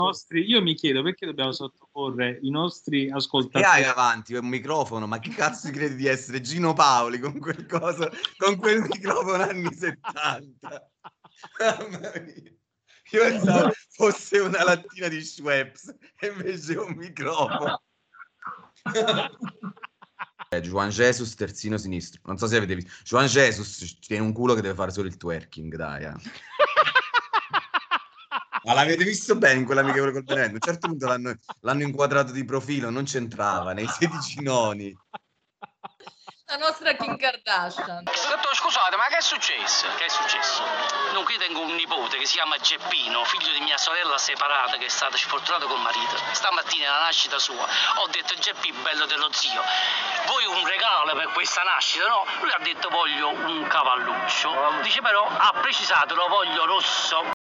Io mi chiedo perché dobbiamo sottoporre i nostri ascoltatori. Che hai avanti un microfono? Ma che cazzo credi di essere Gino Paoli con quel microfono anni 70? Mamma mia. Io pensavo fosse una lattina di Schweppes e invece un microfono. Juan Jesus terzino sinistro. Non so se avete visto. Juan Jesus tiene un culo che deve fare solo il twerking, dai. Ma l'avete visto bene in quell'amichevole col Benevento? A un certo punto l'hanno inquadrato di profilo, non c'entrava, nei 16 noni. La nostra Kim Kardashian. Scusate, ma che è successo? Che è successo? No, qui tengo un nipote che si chiama Geppino, figlio di mia sorella separata che è stata sfortunata col marito. Stamattina alla nascita sua ho detto: Geppi, bello dello zio, vuoi un regalo per questa nascita? No? Lui ha detto: voglio un cavalluccio. Dice però, ha precisato, lo voglio rosso.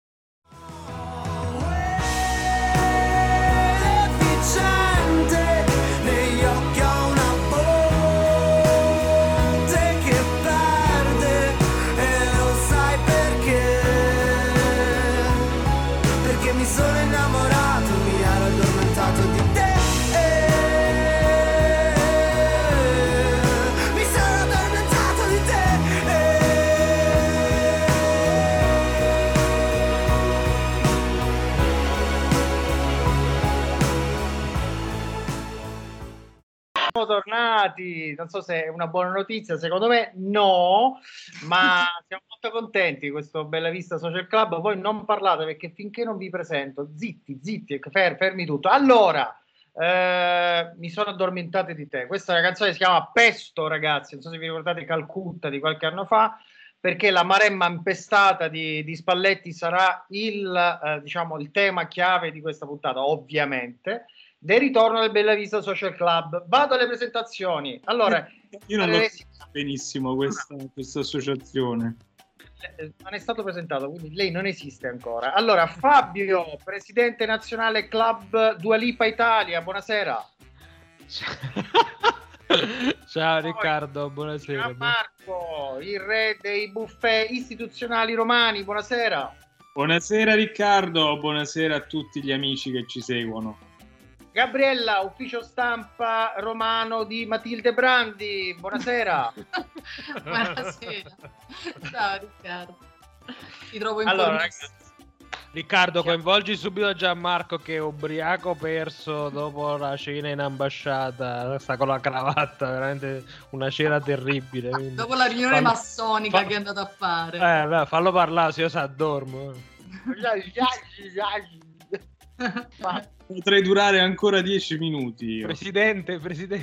Tornati, non so se è una buona notizia, secondo me no, ma siamo molto contenti di questo Bella Vista Social Club. Voi non parlate perché finché non vi presento, zitti, fermi tutto. Allora, mi sono addormentato di te. Questa è una canzone che si chiama Pesto, ragazzi, non so se vi ricordate Calcutta di qualche anno fa, perché la Maremma impestata di Spalletti sarà il tema chiave di questa puntata, ovviamente, del ritorno del Bella Vista Social Club. Vado alle presentazioni. Allora, io non lo so benissimo questa associazione. Non è stato presentato, quindi lei non esiste ancora. Allora, Fabio, presidente nazionale Club Dua Lipa Italia, buonasera. Ciao Riccardo, buonasera. Marco, il re dei buffet istituzionali romani, buonasera. Buonasera Riccardo, buonasera a tutti gli amici che ci seguono. Gabriella, ufficio stampa romano di Matilde Brandi, buonasera. Buonasera. Ciao Riccardo. Ti trovo in Riccardo, coinvolgi subito Gianmarco che è ubriaco perso dopo la cena in ambasciata, sta con la cravatta, veramente una cena terribile. Quindi... Dopo la riunione massonica che è andato a fare. Fallo parlare, se io addormo. Potrei durare ancora 10 minuti. Io. Presidente.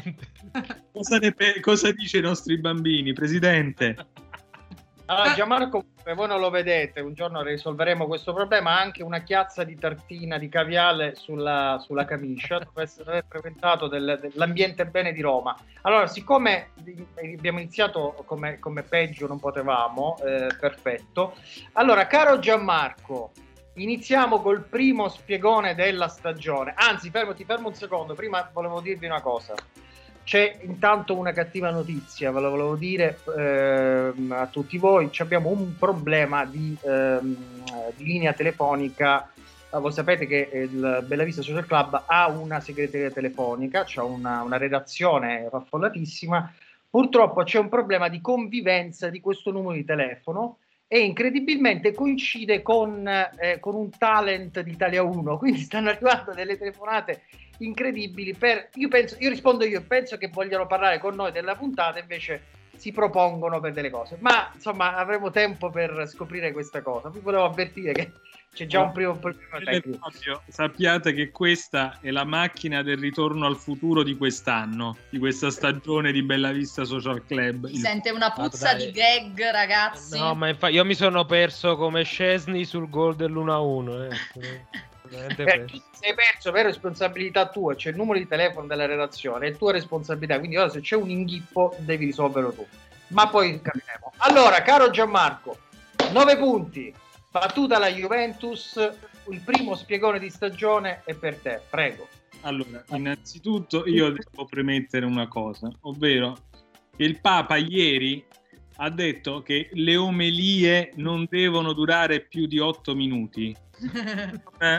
Cosa dice ai nostri bambini, Presidente? Allora, Gianmarco, voi non lo vedete, un giorno risolveremo questo problema. Ha anche una chiazza di tartina di caviale sulla camicia, dove aver frequentato dell'ambiente bene di Roma. Allora, siccome abbiamo iniziato come peggio non potevamo, perfetto. Allora, caro Gianmarco, iniziamo col primo spiegone della stagione. Anzi, ti fermo un secondo. Prima volevo dirvi una cosa. C'è intanto una cattiva notizia, ve lo volevo dire a tutti voi. Abbiamo un problema di linea telefonica. Voi sapete che il Bella Vista Social Club ha una segreteria telefonica, c'è una redazione affollatissima. Purtroppo c'è un problema di convivenza di questo numero di telefono e incredibilmente coincide con un talent di Italia 1, quindi stanno arrivando delle telefonate incredibili. Io penso che vogliano parlare con noi della puntata, invece si propongono per delle cose, ma insomma avremo tempo per scoprire questa cosa. Vi volevo avvertire che c'è già un primo problema tecnico. Sappiate che questa è la macchina del ritorno al futuro di quest'anno, di questa stagione di Bella Vista Social Club. Si sente una puzza di gag, ragazzi. No, ma infatti io mi sono perso come Szczesny sul gol dell'1-1. Sei perso per responsabilità tua, c'è il numero di telefono della redazione, è tua responsabilità, quindi ora se c'è un inghippo devi risolverlo tu, ma poi capiremo. Allora, caro Gianmarco, 9 punti, battuta la Juventus, il primo spiegone di stagione è per te, prego. Allora, innanzitutto io devo premettere una cosa, ovvero che il Papa ieri ha detto che le omelie non devono durare più di 8 minuti.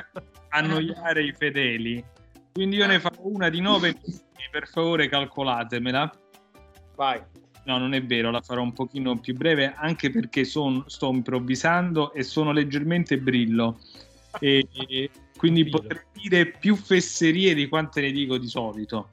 annoiare i fedeli, quindi io ne farò una di 9 minuti, per favore calcolatemela. Vai. No, non è vero, la farò un pochino più breve, anche perché sto improvvisando e sono leggermente brillo, e quindi potrei dire più fesserie di quante ne dico di solito.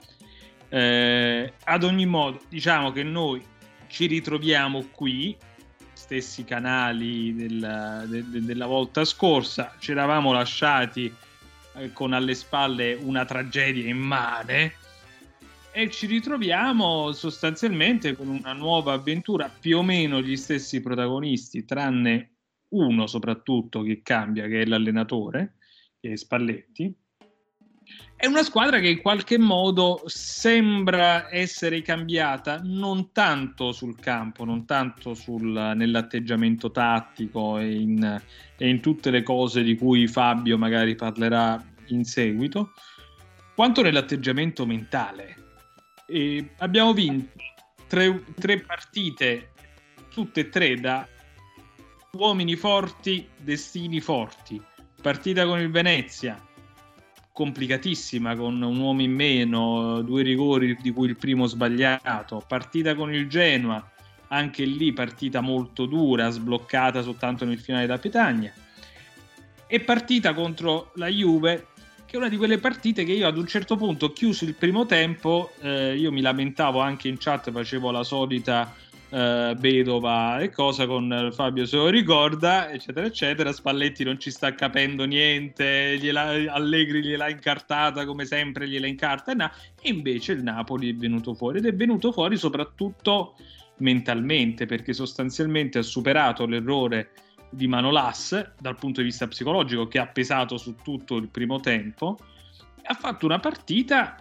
Ad ogni modo, diciamo che noi ci ritroviamo qui, stessi canali della volta scorsa, ci eravamo lasciati con alle spalle una tragedia immane, e ci ritroviamo sostanzialmente con una nuova avventura, più o meno gli stessi protagonisti, tranne uno soprattutto che cambia, che è l'allenatore, che è Spalletti. È una squadra che in qualche modo sembra essere cambiata, non tanto sul campo, non tanto nell'atteggiamento tattico e in tutte le cose di cui Fabio magari parlerà in seguito, quanto nell'atteggiamento mentale. E abbiamo vinto tre partite, tutte e tre da uomini forti, destini forti. Partita con il Venezia, complicatissima, con un uomo in meno, 2 rigori di cui il primo sbagliato. Partita con il Genoa, anche lì partita molto dura, sbloccata soltanto nel finale da Petagna. E partita contro la Juve, che è una di quelle partite che io ad un certo punto, chiuso il primo tempo, io mi lamentavo anche in chat, facevo la solita vedova e cosa con Fabio, se lo ricorda, eccetera eccetera. Spalletti non ci sta capendo niente, Allegri gliel'ha incartata come sempre, gliela incarta, e invece il Napoli è venuto fuori, ed è venuto fuori soprattutto mentalmente, perché sostanzialmente ha superato l'errore di Manolas dal punto di vista psicologico, che ha pesato su tutto il primo tempo. Ha fatto una partita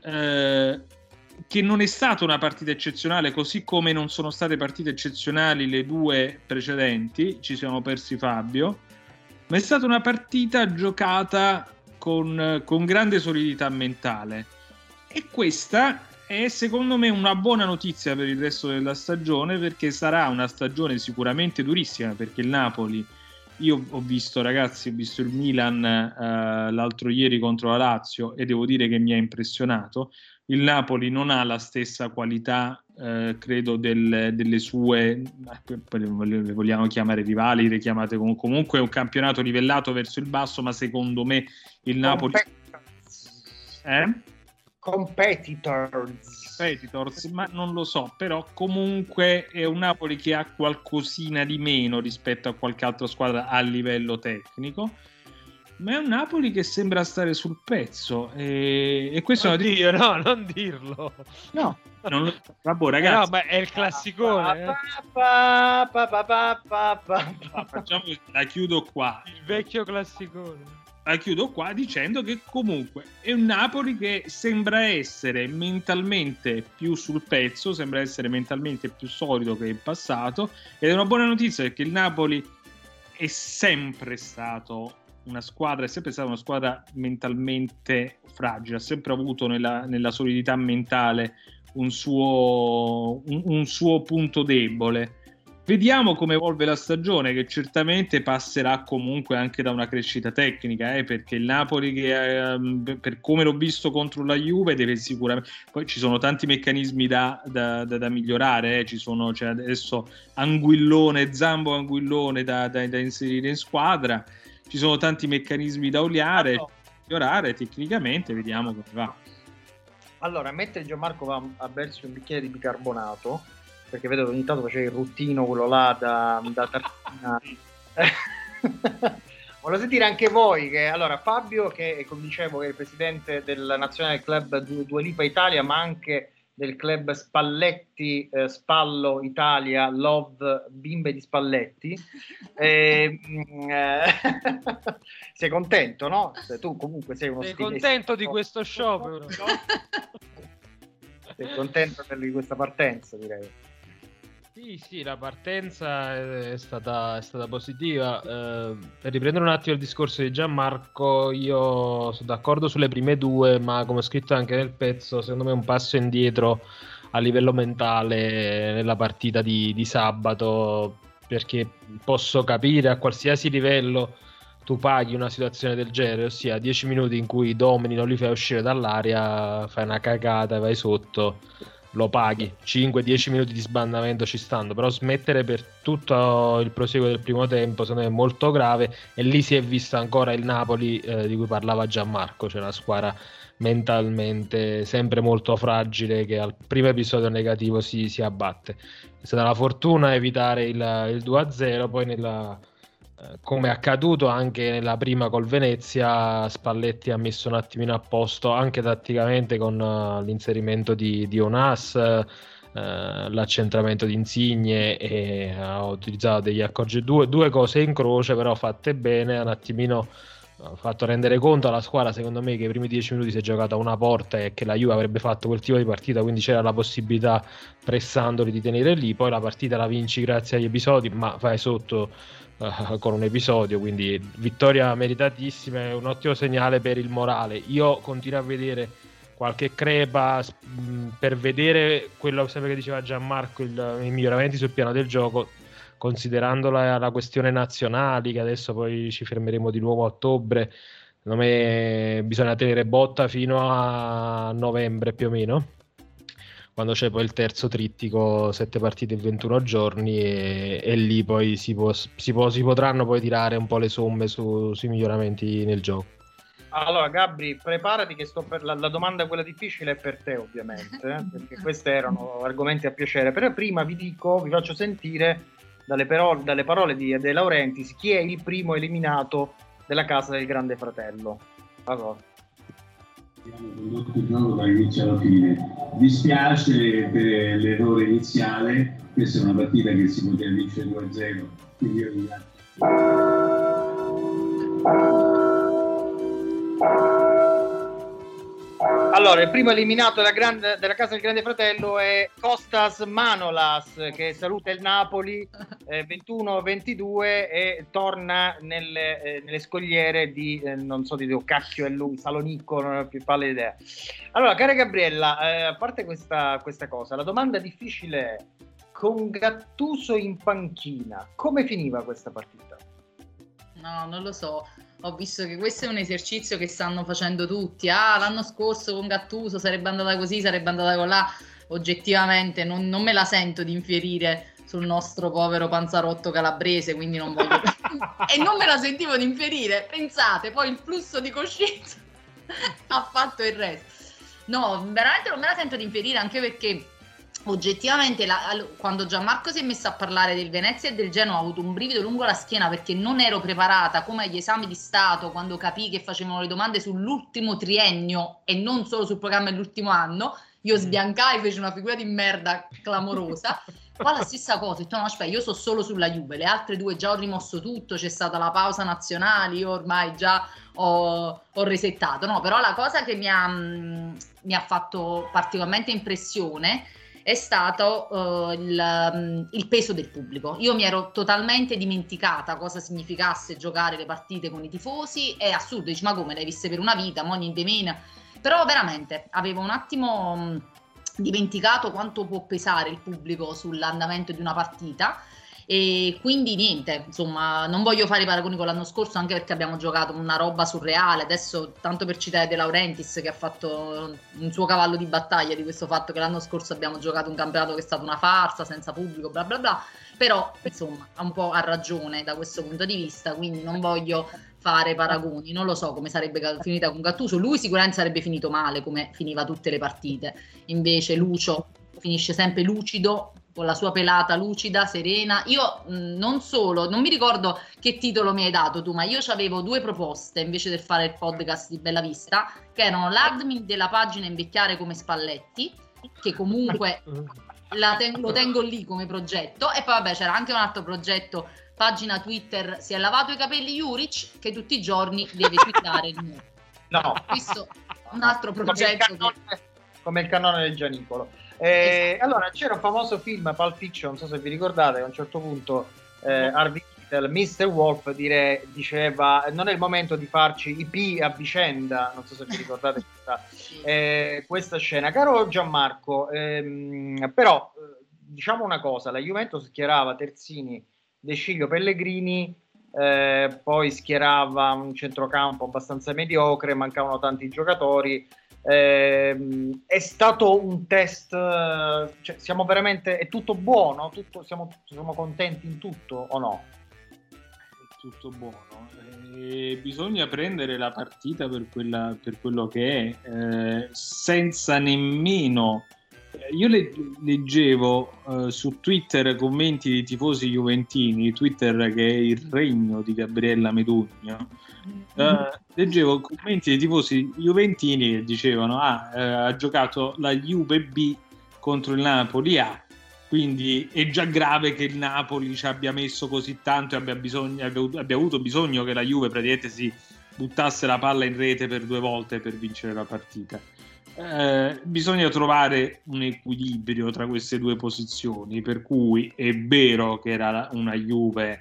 che non è stata una partita eccezionale, così come non sono state partite eccezionali le 2 precedenti, ci siamo persi Fabio, ma è stata una partita giocata con grande solidità mentale, e questa è secondo me una buona notizia per il resto della stagione, perché sarà una stagione sicuramente durissima, perché il Napoli, io ho visto il Milan l'altro ieri contro la Lazio, e devo dire che mi ha impressionato. Il Napoli non ha la stessa qualità, credo, delle sue, le vogliamo chiamare rivali, le chiamate comunque, è un campionato livellato verso il basso, ma secondo me il Napoli... Competitors, ma non lo so, però comunque è un Napoli che ha qualcosina di meno rispetto a qualche altra squadra a livello tecnico, ma è un Napoli che sembra stare sul pezzo, e questo Oddio, no, non dirlo. No, non lo... Vabbè, ragazzi, no, ma è il classicone. Facciamo, la chiudo qua. Il vecchio classicone. La chiudo qua dicendo che comunque è un Napoli che sembra essere mentalmente più sul pezzo, sembra essere mentalmente più solido che in passato, ed è una buona notizia, perché il Napoli è sempre stato una squadra mentalmente fragile, ha sempre avuto nella solidità mentale un suo punto debole. Vediamo come evolve la stagione, che certamente passerà comunque anche da una crescita tecnica, perché il Napoli, che per come l'ho visto contro la Juve, deve sicuramente... Poi ci sono tanti meccanismi da migliorare, ci sono, cioè adesso Zambo Anguillone da inserire in squadra, ci sono tanti meccanismi da oliare, migliorare tecnicamente, vediamo come va. Allora, mentre Gianmarco va a bersi un bicchiere di bicarbonato, perché vedo che ogni tanto faceva il ruttino, quello là da tartina. Volevo sentire anche voi, che allora Fabio, che come dicevo è il presidente del Nazionale Club Dua Lipa Italia, ma anche del club Spalletti, Spallo Italia, Love Bimbe di Spalletti. Sei contento, no? Tu comunque sei uno stilista. Sei contento di questo show? Sei contento di questa partenza, direi. Sì, la partenza è stata positiva. Per riprendere un attimo il discorso di Gianmarco, io sono d'accordo sulle prime 2, ma come ho scritto anche nel pezzo, secondo me un passo indietro a livello mentale nella partita di sabato, perché posso capire a qualsiasi livello tu paghi una situazione del genere, ossia 10 minuti in cui domini, non li fai uscire dall'area, fai una cagata, vai sotto, lo paghi. 5-10 minuti di sbandamento ci stanno, però smettere per tutto il proseguo del primo tempo secondo me è molto grave, e lì si è visto ancora il Napoli di cui parlava Gianmarco, cioè una squadra mentalmente sempre molto fragile che al primo episodio negativo si abbatte. È stata la fortuna evitare il 2-0, poi come è accaduto anche nella prima col Venezia, Spalletti ha messo un attimino a posto anche tatticamente con l'inserimento di Onas, l'accentramento di Insigne, e ha utilizzato degli due cose in croce però fatte bene, un attimino fatto rendere conto alla squadra, secondo me, che i primi 10 minuti si è giocata una porta e che la Juve avrebbe fatto quel tipo di partita, quindi c'era la possibilità, pressandoli, di tenere lì. Poi la partita la vinci grazie agli episodi, ma vai sotto con un episodio, quindi vittoria meritatissima, è un ottimo segnale per il morale. Io continuo a vedere qualche crepa per vedere quello sempre che diceva Gianmarco, i miglioramenti sul piano del gioco, considerando la questione nazionali, che adesso poi ci fermeremo di nuovo a ottobre. Secondo me bisogna tenere botta fino a novembre più o meno, quando c'è poi il terzo trittico, 7 partite in 21 giorni, e lì poi si potranno poi tirare un po' le somme sui miglioramenti nel gioco. Allora Gabri, preparati che sto per la domanda, quella difficile, è per te ovviamente, perché questi erano argomenti a piacere, però prima vi faccio sentire dalle parole di De Laurentiis chi è il primo eliminato della casa del Grande Fratello. Allora. Abbiamo condotto il gioco dall'inizio alla fine. Dispiace per l'errore iniziale, questa è una partita che si poteva vincere 2-0, quindi io ringrazio. Allora, il primo eliminato della casa del Grande Fratello è Kostas Manolas, che saluta il Napoli 21-22 e torna nelle scogliere di non so di cacchio è lui, Salonicco, non ho più pallida idea. Allora, cara Gabriella, a parte questa cosa, la domanda difficile è: con Gattuso in panchina, come finiva questa partita? No, non lo so. Ho visto che questo è un esercizio che stanno facendo tutti. L'anno scorso con Gattuso sarebbe andata così, sarebbe andata con là. Oggettivamente non me la sento di infierire sul nostro povero panzarotto calabrese, quindi non voglio e non me la sentivo di infierire. Pensate, poi il flusso di coscienza ha fatto il resto. No, veramente non me la sento di infierire, anche perché oggettivamente quando Gianmarco si è messo a parlare del Venezia e del Genoa ho avuto un brivido lungo la schiena, perché non ero preparata come agli esami di Stato, quando capii che facevano le domande sull'ultimo triennio e non solo sul programma dell'ultimo anno. Io sbiancai, feci una figura di merda clamorosa. Qua la stessa cosa, ho detto no, aspetta, io so solo sulla Juve, le altre due già ho rimosso tutto, c'è stata la pausa nazionale, io ormai già ho resettato, no, però la cosa che mi ha fatto particolarmente impressione è stato il peso del pubblico. Io mi ero totalmente dimenticata cosa significasse giocare le partite con i tifosi. È assurdo, dici ma come, le hai viste per una vita, mo niente meno. Però veramente avevo un attimo dimenticato quanto può pesare il pubblico sull'andamento di una partita. E quindi niente, insomma, non voglio fare i paragoni con l'anno scorso, anche perché abbiamo giocato una roba surreale. Adesso, tanto per citare De Laurentiis, che ha fatto un suo cavallo di battaglia di questo fatto che l'anno scorso abbiamo giocato un campionato che è stato una farsa, senza pubblico, bla bla bla, però insomma ha ragione da questo punto di vista, quindi non voglio fare paragoni. Non lo so come sarebbe finita con Gattuso, lui sicuramente sarebbe finito male come finiva tutte le partite, invece Lucio finisce sempre lucido, con la sua pelata lucida, serena. Io non mi ricordo che titolo mi hai dato tu, ma io avevo 2 proposte invece del fare il podcast di Bella Vista, che erano l'admin della pagina Invecchiare come Spalletti, che comunque lo tengo lì come progetto, e poi vabbè c'era anche un altro progetto, pagina Twitter Si è lavato i capelli Juric, che tutti i giorni deve twittare il mio. No. Questo un altro progetto come il cannone del Gianicolo. Esatto. Allora c'era un famoso film, Pulp Fiction, non so se vi ricordate, a un certo punto Harvey Keitel, Mr. Wolf diceva non è il momento di farci i P a vicenda, non so se vi ricordate questa scena. Caro Gianmarco, però diciamo una cosa, la Juventus schierava terzini De Sciglio, Pellegrini, poi schierava un centrocampo abbastanza mediocre, mancavano tanti giocatori. È stato un test, cioè, siamo veramente, è tutto buono, siamo contenti in tutto o no? È tutto buono, bisogna prendere la partita per quello che è, senza nemmeno. Io leggevo su Twitter commenti di tifosi juventini, Twitter che è il regno di Gabriella Medugna. Leggevo commenti dei tifosi juventini che dicevano ha giocato la Juve B contro il Napoli A, quindi è già grave che il Napoli ci abbia messo così tanto e abbia avuto bisogno che la Juve praticamente si buttasse la palla in rete per 2 volte per vincere la partita. Bisogna trovare un equilibrio tra queste 2 posizioni, per cui è vero che era una Juve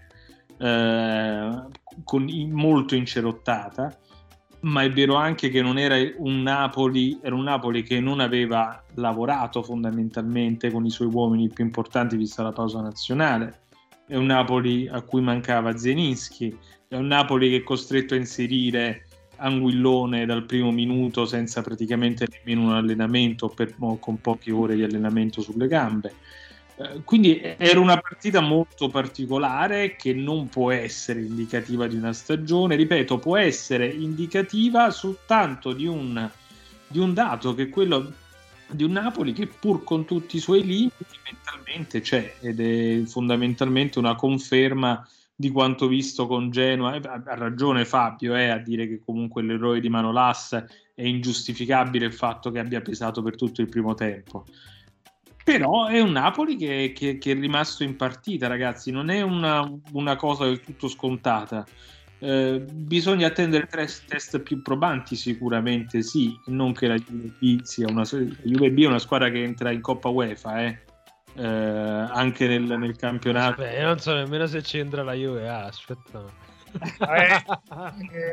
molto incerottata, ma è vero anche che non era un Napoli che non aveva lavorato fondamentalmente con i suoi uomini più importanti vista la pausa nazionale, è un Napoli a cui mancava Zelinski, è un Napoli che è costretto a inserire Anguillone dal primo minuto senza praticamente nemmeno un allenamento, con poche ore di allenamento sulle gambe. Quindi era una partita molto particolare che non può essere indicativa di una stagione, ripeto, può essere indicativa soltanto di un dato, che è quello di un Napoli che pur con tutti i suoi limiti mentalmente c'è, ed è fondamentalmente una conferma di quanto visto con Genoa. Ha ragione Fabio a dire che comunque l'errore di Manolas è ingiustificabile, il fatto che abbia pesato per tutto il primo tempo. Però è un Napoli che è rimasto in partita, ragazzi, non è una cosa del tutto scontata. Bisogna attendere test più probanti, sicuramente sì, non che la Juve B sia la Juve B è una squadra che entra in Coppa UEFA, anche nel campionato. Beh, io non so nemmeno se c'entra la Juve, aspetta. A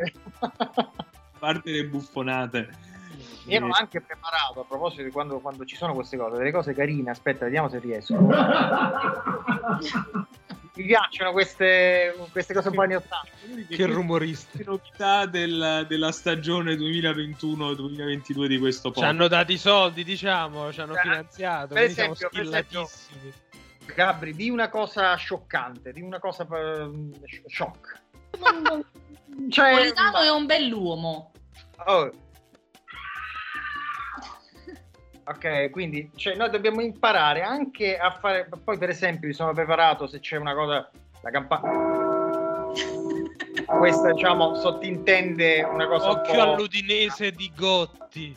parte le buffonate. Mi ero anche preparato a proposito di quando ci sono queste cose, delle cose carine. Aspetta, vediamo se riesco. Mi piacciono queste cose un po' anni 80. Che rumorista. Le novità della stagione 2021-2022 di questo podcast. Ci hanno dato i soldi, diciamo, ci hanno finanziato. Per esempio, siamo skillatissimi. Gabri, di una cosa scioccante, di una cosa shock. Cioè, Politano è un bell'uomo. Oh. Ok, quindi noi dobbiamo imparare anche a fare. Poi, per esempio, mi sono preparato se c'è una cosa. La campana. Questa, diciamo, sottintende una cosa. Occhio all'Udinese di Gotti.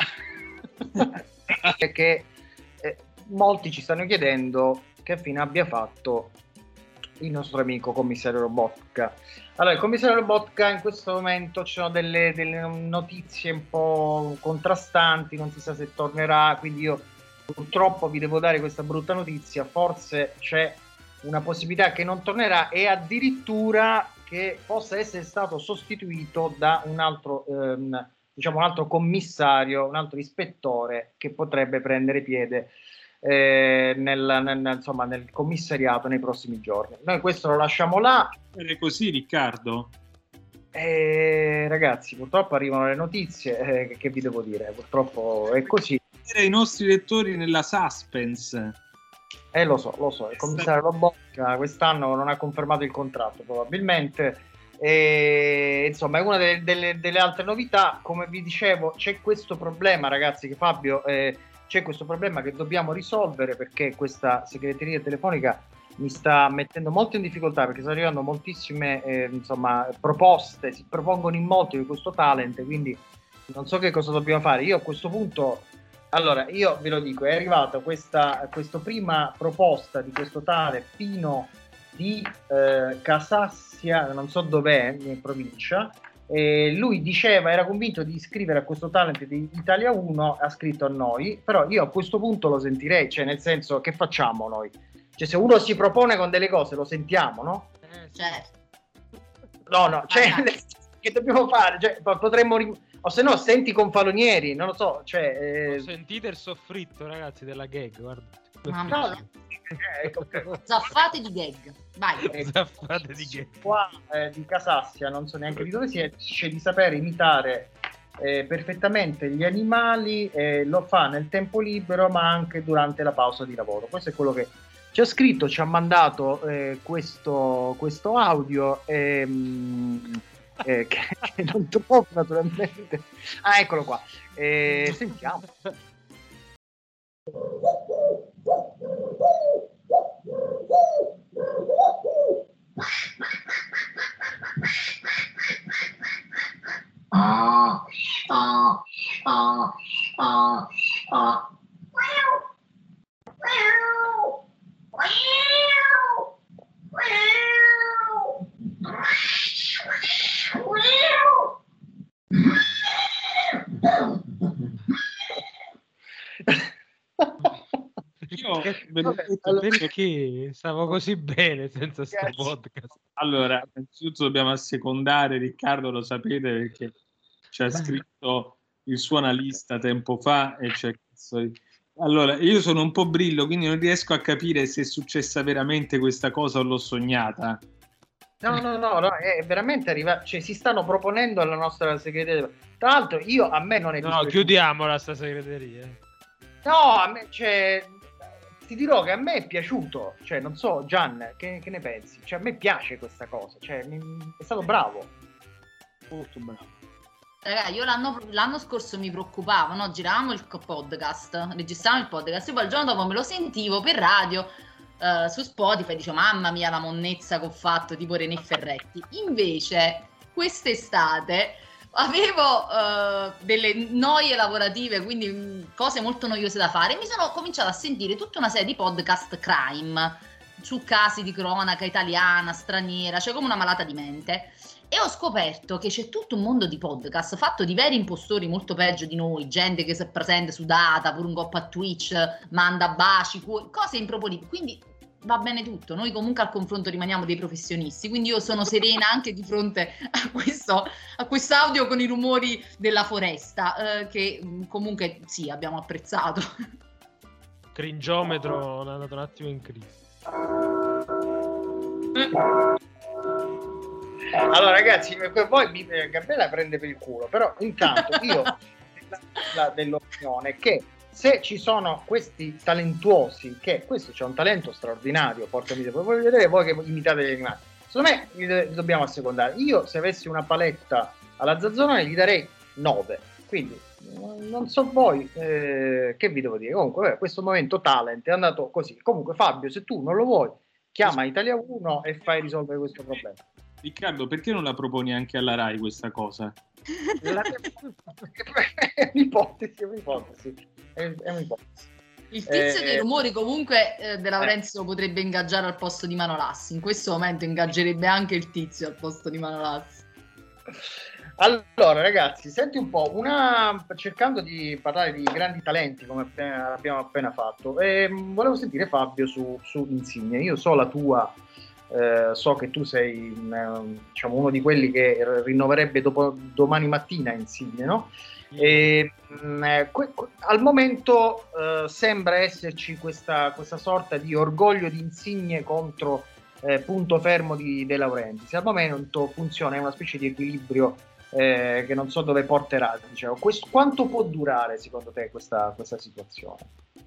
Perché molti ci stanno chiedendo che fine abbia fatto il nostro amico commissario Lobotka. Allora, il commissario Lobotka in questo momento ci sono delle notizie un po' contrastanti, non si sa se tornerà, quindi io purtroppo vi devo dare questa brutta notizia, forse c'è una possibilità che non tornerà e addirittura che possa essere stato sostituito da un altro commissario, un altro ispettore che potrebbe prendere piede nel commissariato nei prossimi giorni. Noi questo lo lasciamo là. È così, Riccardo? Ragazzi, purtroppo arrivano le notizie, che vi devo dire, purtroppo è così. I nostri lettori nella suspense. Lo so, il commissario Lobotka quest'anno non ha confermato il contratto probabilmente, insomma è una delle altre novità. Come vi dicevo, c'è questo problema, ragazzi, che Fabio c'è questo problema che dobbiamo risolvere, perché questa segreteria telefonica mi sta mettendo molto in difficoltà, perché stanno arrivando moltissime proposte, si propongono in molti di questo talent, quindi non so che cosa dobbiamo fare. Io a questo punto, allora io ve lo dico, è arrivata questa prima proposta di questo tale Pino di Casassia, non so dov'è, in provincia. Lui diceva, era convinto di iscrivere a questo talent di Italia 1, ha scritto a noi, però io a questo punto lo sentirei, cioè nel senso, che facciamo noi? Cioè se uno si propone con delle cose lo sentiamo, no? Certo. No, cioè che dobbiamo fare? Cioè, potremmo o se no senti con Falonieri, non lo so, cioè sentite il soffritto, ragazzi, della gag, guarda. Mamma mia. Zaffate di gag, vai. Zaffate di gag. Qua di Casassia, non so neanche di dove sia, dice di sapere imitare perfettamente gli animali, lo fa nel tempo libero ma anche durante la pausa di lavoro. Questo è quello che ci ha scritto, ci ha mandato questo audio che non trovo naturalmente. Ah, eccolo qua. Sentiamo. Io ve l'ho detto perché stavo così bene senza sto podcast. Allora, innanzitutto dobbiamo assecondare, Riccardo, lo sapete, perché ci ha scritto il suo analista tempo fa e c'è allora, io sono un po' brillo, quindi non riesco a capire se è successa veramente questa cosa o l'ho sognata. No, è veramente cioè, si stanno proponendo alla nostra segreteria. Tra l'altro, a me non è dispiaciuto. Chiudiamola sta segreteria. No, a me, cioè, ti dirò che a me è piaciuto, cioè, non so, Gian, che ne pensi? Cioè, a me piace questa cosa, cioè, è stato bravo. Molto bravo. Ragazzi, io l'anno scorso mi preoccupavo, no? Giravamo il podcast, registravamo il podcast, e poi il giorno dopo me lo sentivo per radio su Spotify, dicevo mamma mia la monnezza che ho fatto, tipo René Ferretti. Invece quest'estate avevo delle noie lavorative, quindi cose molto noiose da fare, e mi sono cominciata a sentire tutta una serie di podcast crime su casi di cronaca italiana, straniera, cioè come una malata di mente. E ho scoperto che c'è tutto un mondo di podcast fatto di veri impostori molto peggio di noi, gente che si è presente su Data, pure un coppa a Twitch, manda baci, cose improponibili. Quindi va bene tutto, noi comunque al confronto rimaniamo dei professionisti, quindi io sono serena anche di fronte a quest'audio con i rumori della foresta, che comunque sì, abbiamo apprezzato. Cringiometro è andato un attimo in crisi. Allora ragazzi, poi Gabriella prende per il culo, però intanto io dell'opinione che se ci sono questi talentuosi, che questo c'è un talento straordinario, porca miseria, voglio vedere voi che imitate gli animali, secondo me li dobbiamo assecondare. Io se avessi una paletta alla Zazzone gli darei 9, quindi non so voi che vi devo dire. Comunque questo momento talent è andato così. Comunque Fabio, se tu non lo vuoi, chiama Italia 1 e fai risolvere questo problema. Riccardo, perché non la proponi anche alla Rai questa cosa? È un'ipotesi. Il tizio dei rumori comunque De Laurenzio potrebbe ingaggiare al posto di Manolassi. In questo momento ingaggerebbe anche il tizio al posto di Manolassi. Allora ragazzi, senti un po', cercando di parlare di grandi talenti come abbiamo appena fatto, volevo sentire Fabio su Insigne. Io so la tua, so che tu sei diciamo uno di quelli che rinnoverebbe domani mattina Insigne, no? Al momento sembra esserci questa sorta di orgoglio di Insigne contro punto fermo di De Laurentiis. Al momento funziona, è una specie di equilibrio che non so dove porterà, diciamo. Quanto può durare secondo te questa situazione?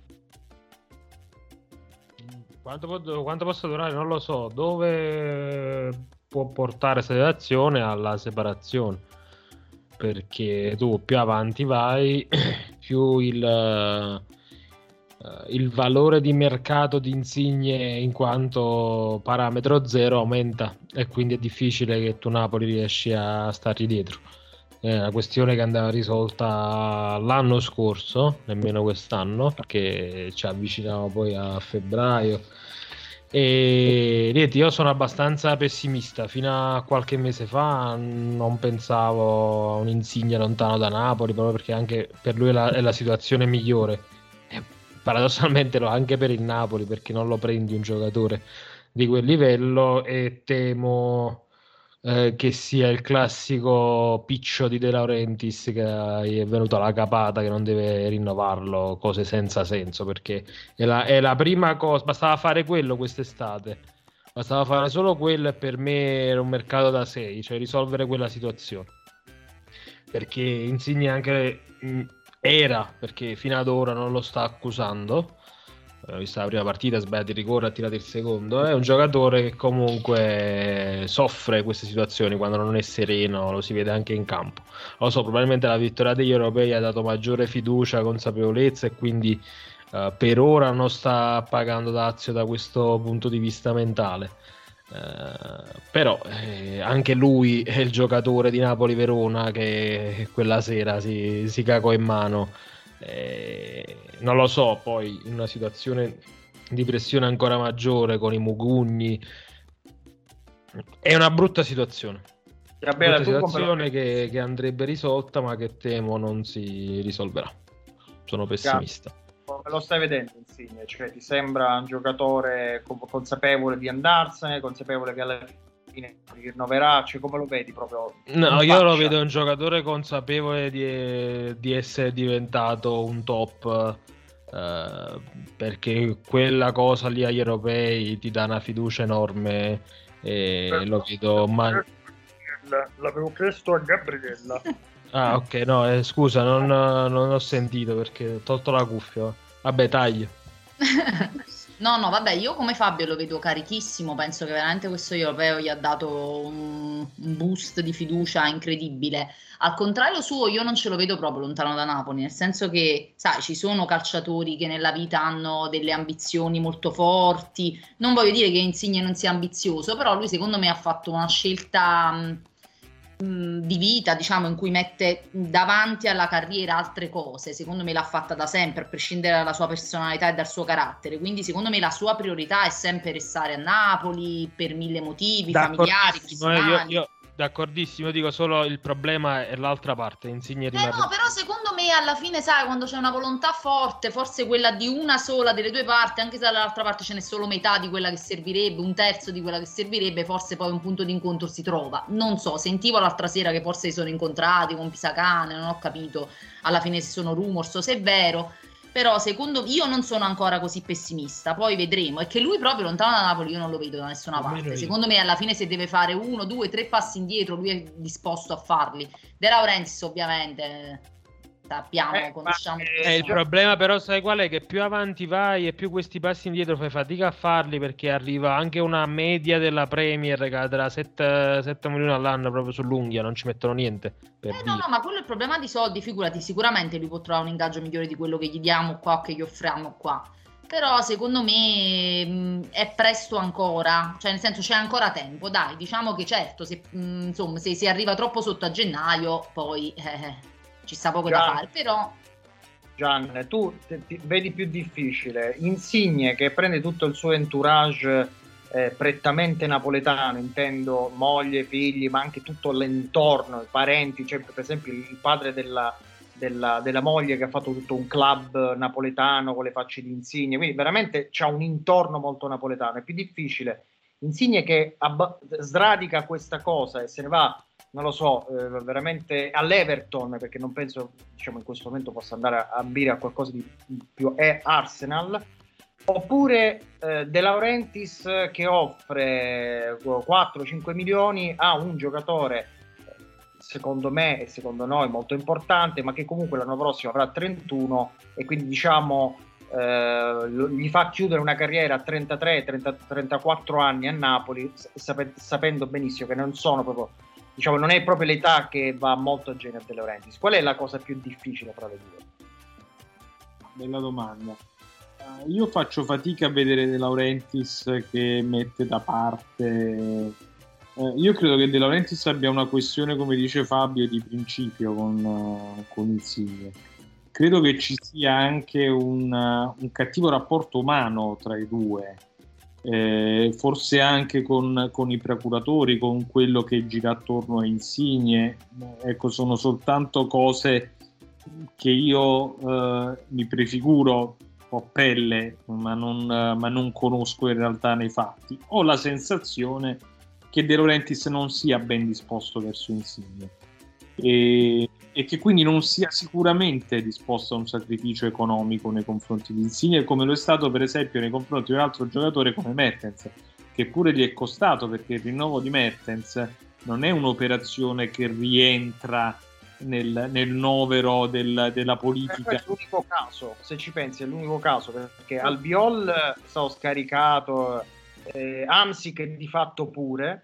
Quanto possa durare non lo so. Dove può portare questa situazione? Alla separazione, perché tu più avanti vai più il valore di mercato di Insigne in quanto parametro zero aumenta, e quindi è difficile che tu Napoli riesci a stargli dietro. È una questione che andava risolta l'anno scorso, nemmeno quest'anno, perché ci avviciniamo poi a febbraio. E niente, io sono abbastanza pessimista. Fino a qualche mese fa non pensavo a un Insigne lontano da Napoli, proprio perché anche per lui è la situazione migliore. Paradossalmente lo anche per il Napoli, perché non lo prendi un giocatore di quel livello, e temo che sia il classico piccio di De Laurentiis che gli è venuta la capata, che non deve rinnovarlo, cose senza senso, perché è la prima cosa, bastava fare quello quest'estate, bastava fare solo quello e per me era un mercato da 6, cioè risolvere quella situazione, perché Insigne anche era, perché fino ad ora non lo sta accusando, vista la prima partita, ha sbagliato il rigore, ha tirato il secondo, è un giocatore che comunque soffre queste situazioni quando non è sereno, lo si vede anche in campo. Lo so, probabilmente la vittoria degli europei ha dato maggiore fiducia, consapevolezza, e quindi per ora non sta pagando dazio da questo punto di vista mentale. Però anche lui è il giocatore di Napoli-Verona che quella sera si cagò in mano. Non lo so, poi in una situazione di pressione ancora maggiore con i Mugugni è una brutta situazione, che andrebbe risolta, ma che temo non si risolverà. Sono pessimista. Come lo stai vedendo Insigne? Cioè, ti sembra un giocatore consapevole di andarsene, consapevole che alla fine rinnoverà, cioè come lo vedi proprio? No, io lo vedo un giocatore consapevole di essere diventato un top, perché quella cosa lì agli europei ti dà una fiducia enorme, e lo vedo l'avevo chiesto a Gabriella. Ah, ok, no, scusa, non ho sentito perché ho tolto la cuffia. Vabbè, taglio. No, vabbè, io come Fabio lo vedo carichissimo, penso che veramente questo europeo gli ha dato un boost di fiducia incredibile. Al contrario suo, io non ce lo vedo proprio lontano da Napoli, nel senso che, sai, ci sono calciatori che nella vita hanno delle ambizioni molto forti. Non voglio dire che Insigne non sia ambizioso, però lui secondo me ha fatto una scelta di vita, diciamo, in cui mette davanti alla carriera altre cose. Secondo me l'ha fatta da sempre, a prescindere dalla sua personalità e dal suo carattere, quindi secondo me la sua priorità è sempre restare a Napoli per 1000 motivi familiari, io d'accordissimo, dico solo il problema è l'altra parte. Insigne no, però secondo me alla fine, sai, quando c'è una volontà forte, forse quella di una sola delle due parti, anche se dall'altra parte ce n'è solo metà di quella che servirebbe, un terzo di quella che servirebbe, forse poi un punto di incontro si trova. Non so, sentivo l'altra sera che forse si sono incontrati con Pisacane, non ho capito alla fine se sono rumors o se è vero. Però secondo io non sono ancora così pessimista, poi vedremo. È che lui proprio lontano da Napoli io non lo vedo da nessuna parte. Secondo me alla fine se deve fare 1, 2, 3 passi indietro lui è disposto a farli. De Laurentiis ovviamente sappiamo, conosciamo. Il problema però sai qual è? Che più avanti vai e più questi passi indietro fai fatica a farli, perché arriva anche una media della Premier che darà 7 milioni all'anno proprio sull'unghia, non ci mettono niente. No, ma quello è il problema di soldi, figurati, sicuramente lui può trovare un ingaggio migliore di quello che gli diamo qua o che gli offriamo qua. Però secondo me è presto ancora, cioè nel senso c'è ancora tempo, dai, diciamo che certo, insomma, se si arriva troppo sotto a gennaio poi ci sta poco da fare, però... Gian, tu ti vedi più difficile Insigne, che prende tutto il suo entourage prettamente napoletano, intendo moglie, figli, ma anche tutto l'entorno, i parenti, cioè per esempio il padre della moglie che ha fatto tutto un club napoletano con le facce di Insigne, quindi veramente c'ha un intorno molto napoletano. È più difficile Insigne che sradica questa cosa e se ne va, non lo so, veramente all'Everton, perché non penso, diciamo, in questo momento possa andare a ambire a qualcosa di più Arsenal, oppure De Laurentiis che offre 4-5 milioni a un giocatore secondo me e secondo noi molto importante, ma che comunque l'anno prossimo avrà 31 e quindi diciamo gli fa chiudere una carriera a 33-34 anni a Napoli, sapendo benissimo che non sono proprio, diciamo, non è proprio l'età che va molto a genere a De Laurentiis. Qual è la cosa più difficile fra le due? Bella domanda. Io faccio fatica a vedere De Laurentiis che mette da parte. Io credo che De Laurentiis abbia una questione, come dice Fabio, di principio con Insigne. Credo che ci sia anche un cattivo rapporto umano tra i due, forse anche con i procuratori, con quello che gira attorno a Insigne. Ecco, sono soltanto cose che io mi prefiguro a pelle, ma non conosco in realtà nei fatti. Ho la sensazione che De Laurentiis non sia ben disposto verso Insigne e che quindi non sia sicuramente disposto a un sacrificio economico nei confronti di Insigne, come lo è stato per esempio nei confronti di un altro giocatore come Mertens, che pure gli è costato, perché il rinnovo di Mertens non è un'operazione che rientra nel novero della politica. È l'unico caso, se ci pensi, è l'unico caso, perché Albiol è stato scaricato, Hamsik di fatto pure,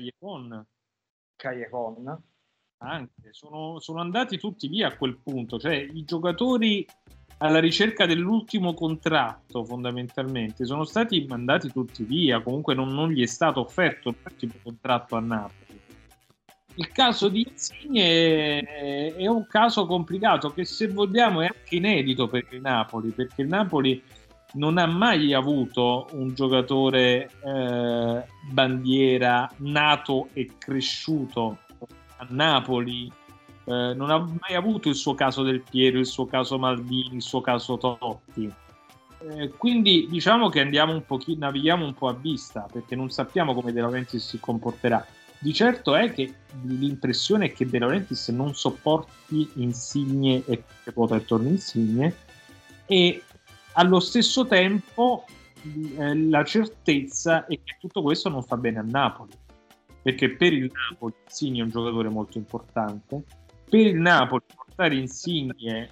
Callejon anche sono andati tutti via a quel punto, cioè i giocatori alla ricerca dell'ultimo contratto fondamentalmente sono stati mandati tutti via, comunque non gli è stato offerto l'ultimo contratto a Napoli. Il caso di Insigne è un caso complicato che, se vogliamo, è anche inedito per il Napoli, perché il Napoli non ha mai avuto un giocatore bandiera nato e cresciuto a Napoli, non ha mai avuto il suo caso Del Piero, il suo caso Maldini, il suo caso Totti, quindi diciamo che navighiamo un po' a vista, perché non sappiamo come De Laurentiis si comporterà. Di certo è che l'impressione è che De Laurentiis non sopporti Insigne e che vota attorno Insigne, e allo stesso tempo la certezza è che tutto questo non fa bene a Napoli, perché per il Napoli Insigne è un giocatore molto importante, per il Napoli portare Insigne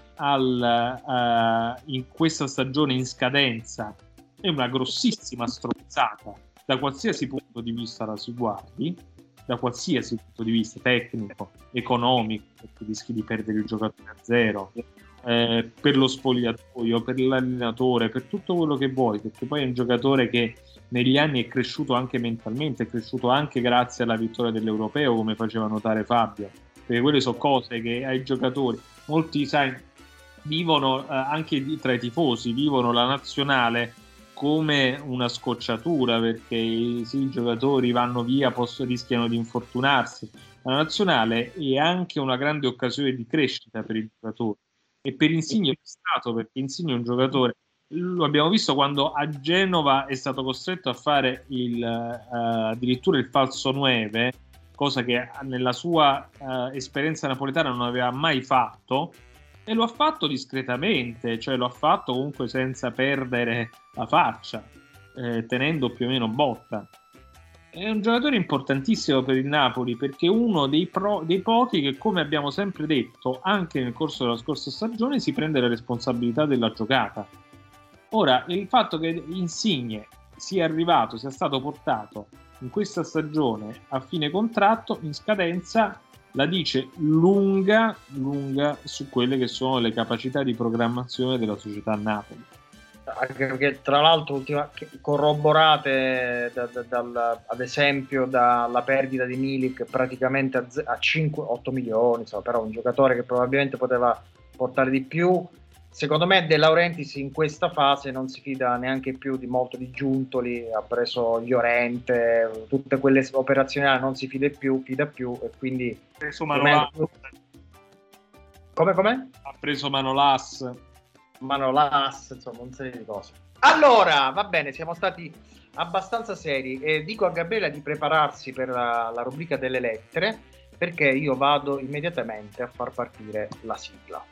in questa stagione in scadenza è una grossissima strozzata da qualsiasi punto di vista la si guardi, da qualsiasi punto di vista tecnico, economico, perché rischi di perdere il giocatore a zero, per lo spogliatoio, per l'allenatore, per tutto quello che vuoi, perché poi è un giocatore che negli anni è cresciuto anche mentalmente, è cresciuto anche grazie alla vittoria dell'Europeo, come faceva notare Fabio, perché quelle sono cose che ai giocatori, molti sai, vivono anche tra i tifosi, vivono la nazionale come una scocciatura, perché sì, i giocatori vanno via, rischiano di infortunarsi. La nazionale è anche una grande occasione di crescita per i giocatori, e per Insigne è stato, perché Insigne è un giocatore, lo abbiamo visto quando a Genova è stato costretto a fare addirittura il falso 9, cosa che nella sua esperienza napoletana non aveva mai fatto, e lo ha fatto discretamente, cioè lo ha fatto comunque senza perdere la faccia, tenendo più o meno botta. È un giocatore importantissimo per il Napoli, perché è uno dei pochi che, come abbiamo sempre detto anche nel corso della scorsa stagione, si prende la responsabilità della giocata. Ora, il fatto che Insigne sia stato portato in questa stagione a fine contratto, in scadenza, la dice lunga su quelle che sono le capacità di programmazione della società Napoli. Anche perché, tra l'altro, corroborate ad esempio dalla perdita di Milik praticamente a 5-8 milioni, insomma, però un giocatore che probabilmente poteva portare di più. Secondo me De Laurentiis in questa fase non si fida neanche più di molto di Giuntoli, ha preso Llorente, tutte quelle operazioni non si fida più, e quindi ha preso Manolas. Come? Ha preso Manolas, insomma, un serie di cose. Allora, va bene, siamo stati abbastanza seri, e dico a Gabriele di prepararsi per la rubrica delle lettere, perché io vado immediatamente a far partire la sigla.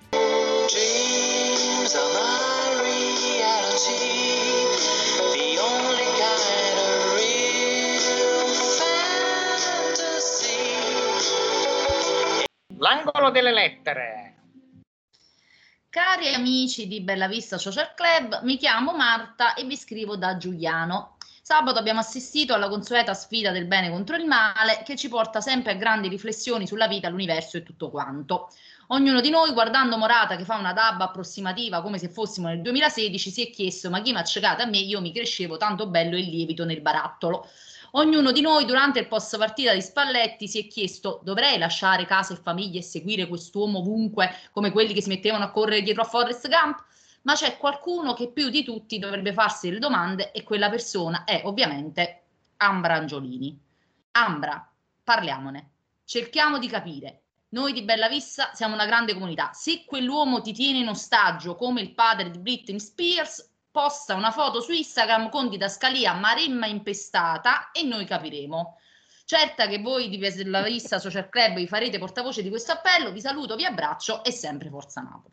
L'angolo delle lettere. Cari amici di Bella Vista Social Club, mi chiamo Marta e vi scrivo da Giuliano. Sabato abbiamo assistito alla consueta sfida del bene contro il male, che ci porta sempre a grandi riflessioni sulla vita, l'universo e tutto quanto. Ognuno di noi, guardando Morata che fa una dabba approssimativa come se fossimo nel 2016, si è chiesto: ma chi mi ha accecato a me? Io mi crescevo tanto bello e lievito nel barattolo. Ognuno di noi durante il post partita di Spalletti si è chiesto: dovrei lasciare casa e famiglia e seguire quest'uomo ovunque, come quelli che si mettevano a correre dietro a Forrest Gump? Ma c'è qualcuno che più di tutti dovrebbe farsi le domande, e quella persona è ovviamente Ambra Angiolini. Ambra, parliamone, cerchiamo di capire. Noi di Bella Vista siamo una grande comunità. Se quell'uomo ti tiene in ostaggio come il padre di Britney Spears, posta una foto su Instagram con didascalia Maremma impestata e noi capiremo. Certa che voi di la Vista Social Club vi farete portavoce di questo appello. Vi saluto, vi abbraccio e sempre Forza Napoli.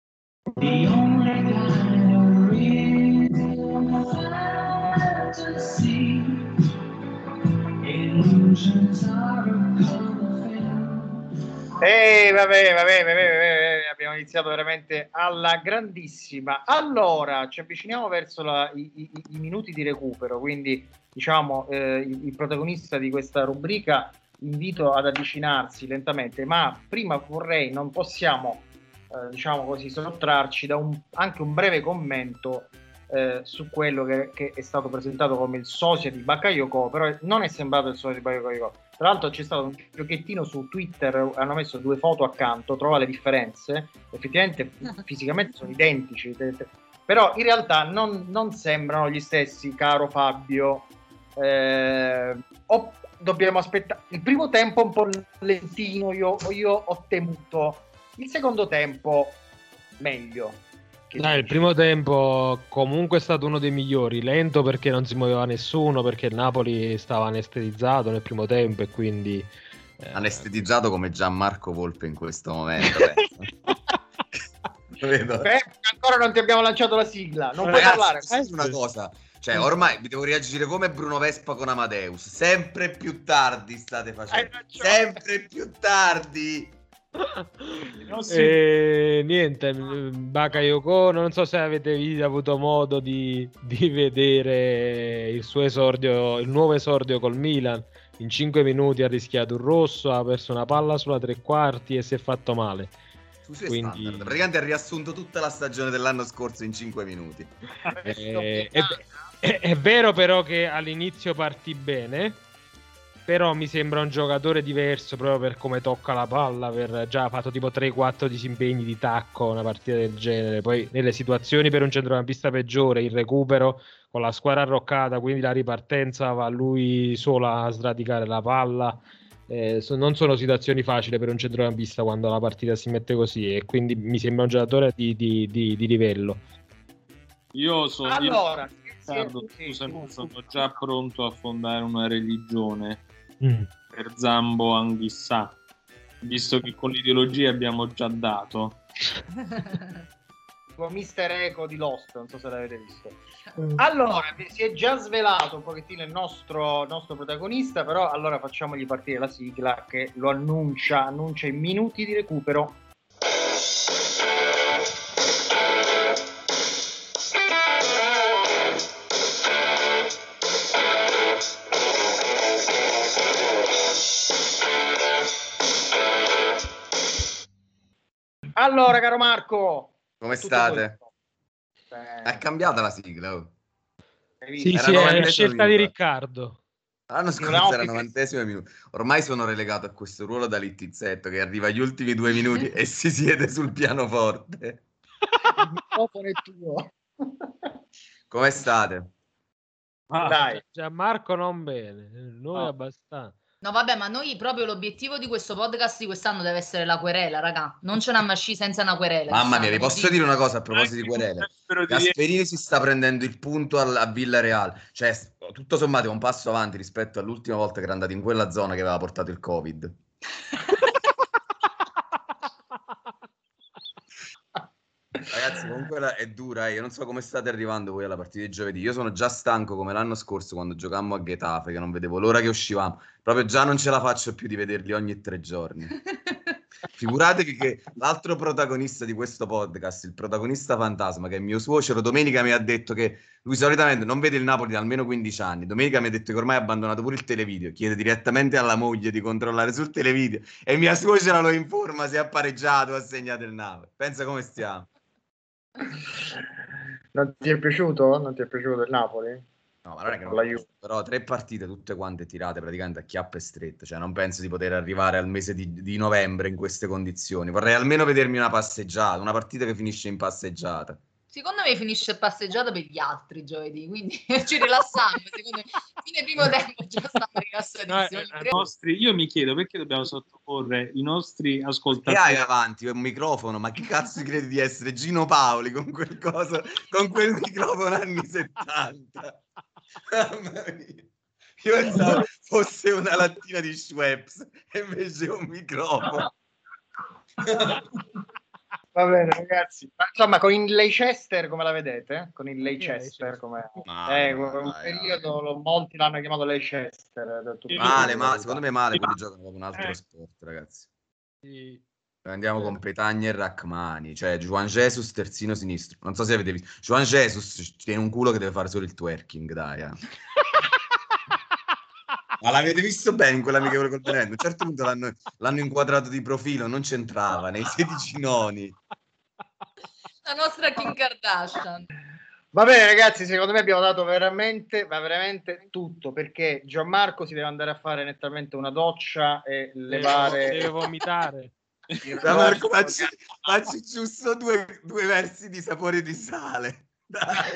Vabbè, abbiamo iniziato veramente alla grandissima. Allora, ci avviciniamo verso i minuti di recupero, quindi diciamo il protagonista di questa rubrica invito ad avvicinarsi lentamente, ma prima non possiamo diciamo così sottrarci da anche un breve commento su quello che è stato presentato come il sosia di Bakayoko, però non è sembrato il sosia di Bakayoko. Tra l'altro c'è stato un giochettino su Twitter, hanno messo 2 foto accanto, trova le differenze, effettivamente fisicamente sono identici, però in realtà non sembrano gli stessi, caro Fabio. Dobbiamo aspettare il primo tempo un po' lentino, io ho temuto, il secondo tempo meglio. Il primo tempo comunque è stato uno dei migliori, lento perché non si muoveva nessuno, perché il Napoli stava anestetizzato nel primo tempo e quindi anestetizzato come Gianmarco Volpe in questo momento. Ancora non ti abbiamo lanciato la sigla, non puoi parlare. Una cosa, cioè ormai vi devo reagire come Bruno Vespa con Amadeus, sempre più tardi state facendo, sempre più tardi. Niente, Bakayoko, non so se avete avuto modo di vedere il suo esordio, il nuovo esordio col Milan. In 5 minuti ha rischiato un rosso, ha perso una palla sulla 3/4 e si è fatto male. Quindi praticamente ha riassunto tutta la stagione dell'anno scorso in 5 minuti. È vero però che all'inizio partì bene, però mi sembra un giocatore diverso proprio per come tocca la palla, per già ha fatto tipo 3-4 disimpegni di tacco, una partita del genere, poi nelle situazioni per un centrocampista peggiore, il recupero con la squadra arroccata, quindi la ripartenza va lui solo a sradicare la palla, non sono situazioni facili per un centrocampista quando la partita si mette così, e quindi mi sembra un giocatore di livello. Io sono sono già pronto a fondare una religione per Zambo Anghissà, visto che con l'ideologia abbiamo già dato. Mister Eco di Lost, non so se l'avete visto. Allora, si è già svelato un pochettino il nostro protagonista, però allora facciamogli partire la sigla che lo annuncia i minuti di recupero. Allora, caro Marco, come state? È cambiata la sigla. Oh. Sì, è scelta di Riccardo. L'anno scorso era 90° minuto. Ormai sono relegato a questo ruolo da Littizzetto che arriva agli ultimi 2 minuti e si siede sul pianoforte. Il microfono è tuo. Come state? Dai. Gianmarco non bene, noi abbastanza. No, vabbè, ma noi proprio l'obiettivo di questo podcast di quest'anno deve essere la querela, raga. Non ce n'ha masci senza una querela. Mamma mia, vi posso dire una cosa a proposito di querele? Gasperini si sta prendendo il punto a Villareal. Cioè, tutto sommato è un passo avanti rispetto all'ultima volta che era andato in quella zona che aveva portato il Covid. Ragazzi, comunque è dura, io non so come state arrivando voi alla partita di giovedì. Io sono già stanco come l'anno scorso quando giocammo a Getafe, che non vedevo l'ora che uscivamo. Proprio già non ce la faccio più di vederli ogni 3 giorni. Figuratevi che l'altro protagonista di questo podcast, il protagonista fantasma, che è mio suocero, domenica mi ha detto che lui solitamente non vede il Napoli da almeno 15 anni. Domenica mi ha detto che ormai ha abbandonato pure il televideo, chiede direttamente alla moglie di controllare sul televideo e mia suocera lo informa se ha pareggiato o ha segnato il Napoli. Pensa come stiamo. Non ti è piaciuto? Non ti è piaciuto il Napoli? No, ma non è che non però 3 partite tutte quante tirate praticamente a chiappe strette, cioè non penso di poter arrivare al mese di novembre in queste condizioni. Vorrei almeno vedermi una passeggiata, una partita che finisce in passeggiata. Secondo me finisce passeggiata per gli altri giovedì, quindi ci rilassiamo. Secondo me, fine primo tempo già stiamo rilassatissimi. Io mi chiedo perché dobbiamo sottoporre i nostri ascoltatori. Che hai avanti un microfono? Ma chi cazzo credi di essere Gino Paoli con quel coso, con quel microfono anni 70? Mamma mia. Io pensavo fosse una lattina di Schweppes e invece è un microfono. Va bene, ragazzi. Ma, insomma, con il Leicester come la vedete? Con il Leicester come un periodo molti l'hanno chiamato Leicester. Male, secondo me male, quelli giocano come un altro sport, ragazzi. Sì. Andiamo con Petagna e Rachmani, cioè Juan Jesus terzino sinistro. Non so se avete visto. Juan Jesus tiene un culo che deve fare solo il twerking, dai. Ma l'avete visto bene in quell'amichevole col Benevento? A un certo punto l'hanno inquadrato di profilo, non c'entrava, nei 16 noni. La nostra Kim Kardashian. Va bene, ragazzi, secondo me abbiamo dato veramente tutto, perché Gianmarco si deve andare a fare nettamente una doccia e levare... Deve vomitare. Gianmarco, facci giusto due versi di sapore di sale. Dai.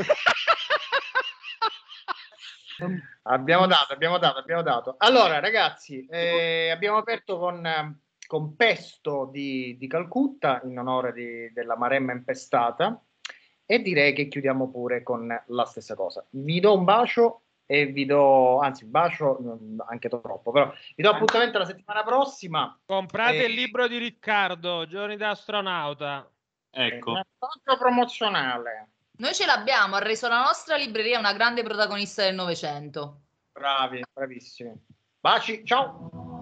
Abbiamo dato. Allora, ragazzi, abbiamo aperto con pesto di Calcutta in onore della Maremma impestata e direi che chiudiamo pure con la stessa cosa. Vi do un bacio e bacio anche troppo, però vi do appuntamento la settimana prossima. Comprate il libro di Riccardo, Giorni da astronauta. Ecco. Un appoggio promozionale. Noi ce l'abbiamo, ha reso la nostra libreria una grande protagonista del Novecento. Bravi, bravissimi. Baci, ciao.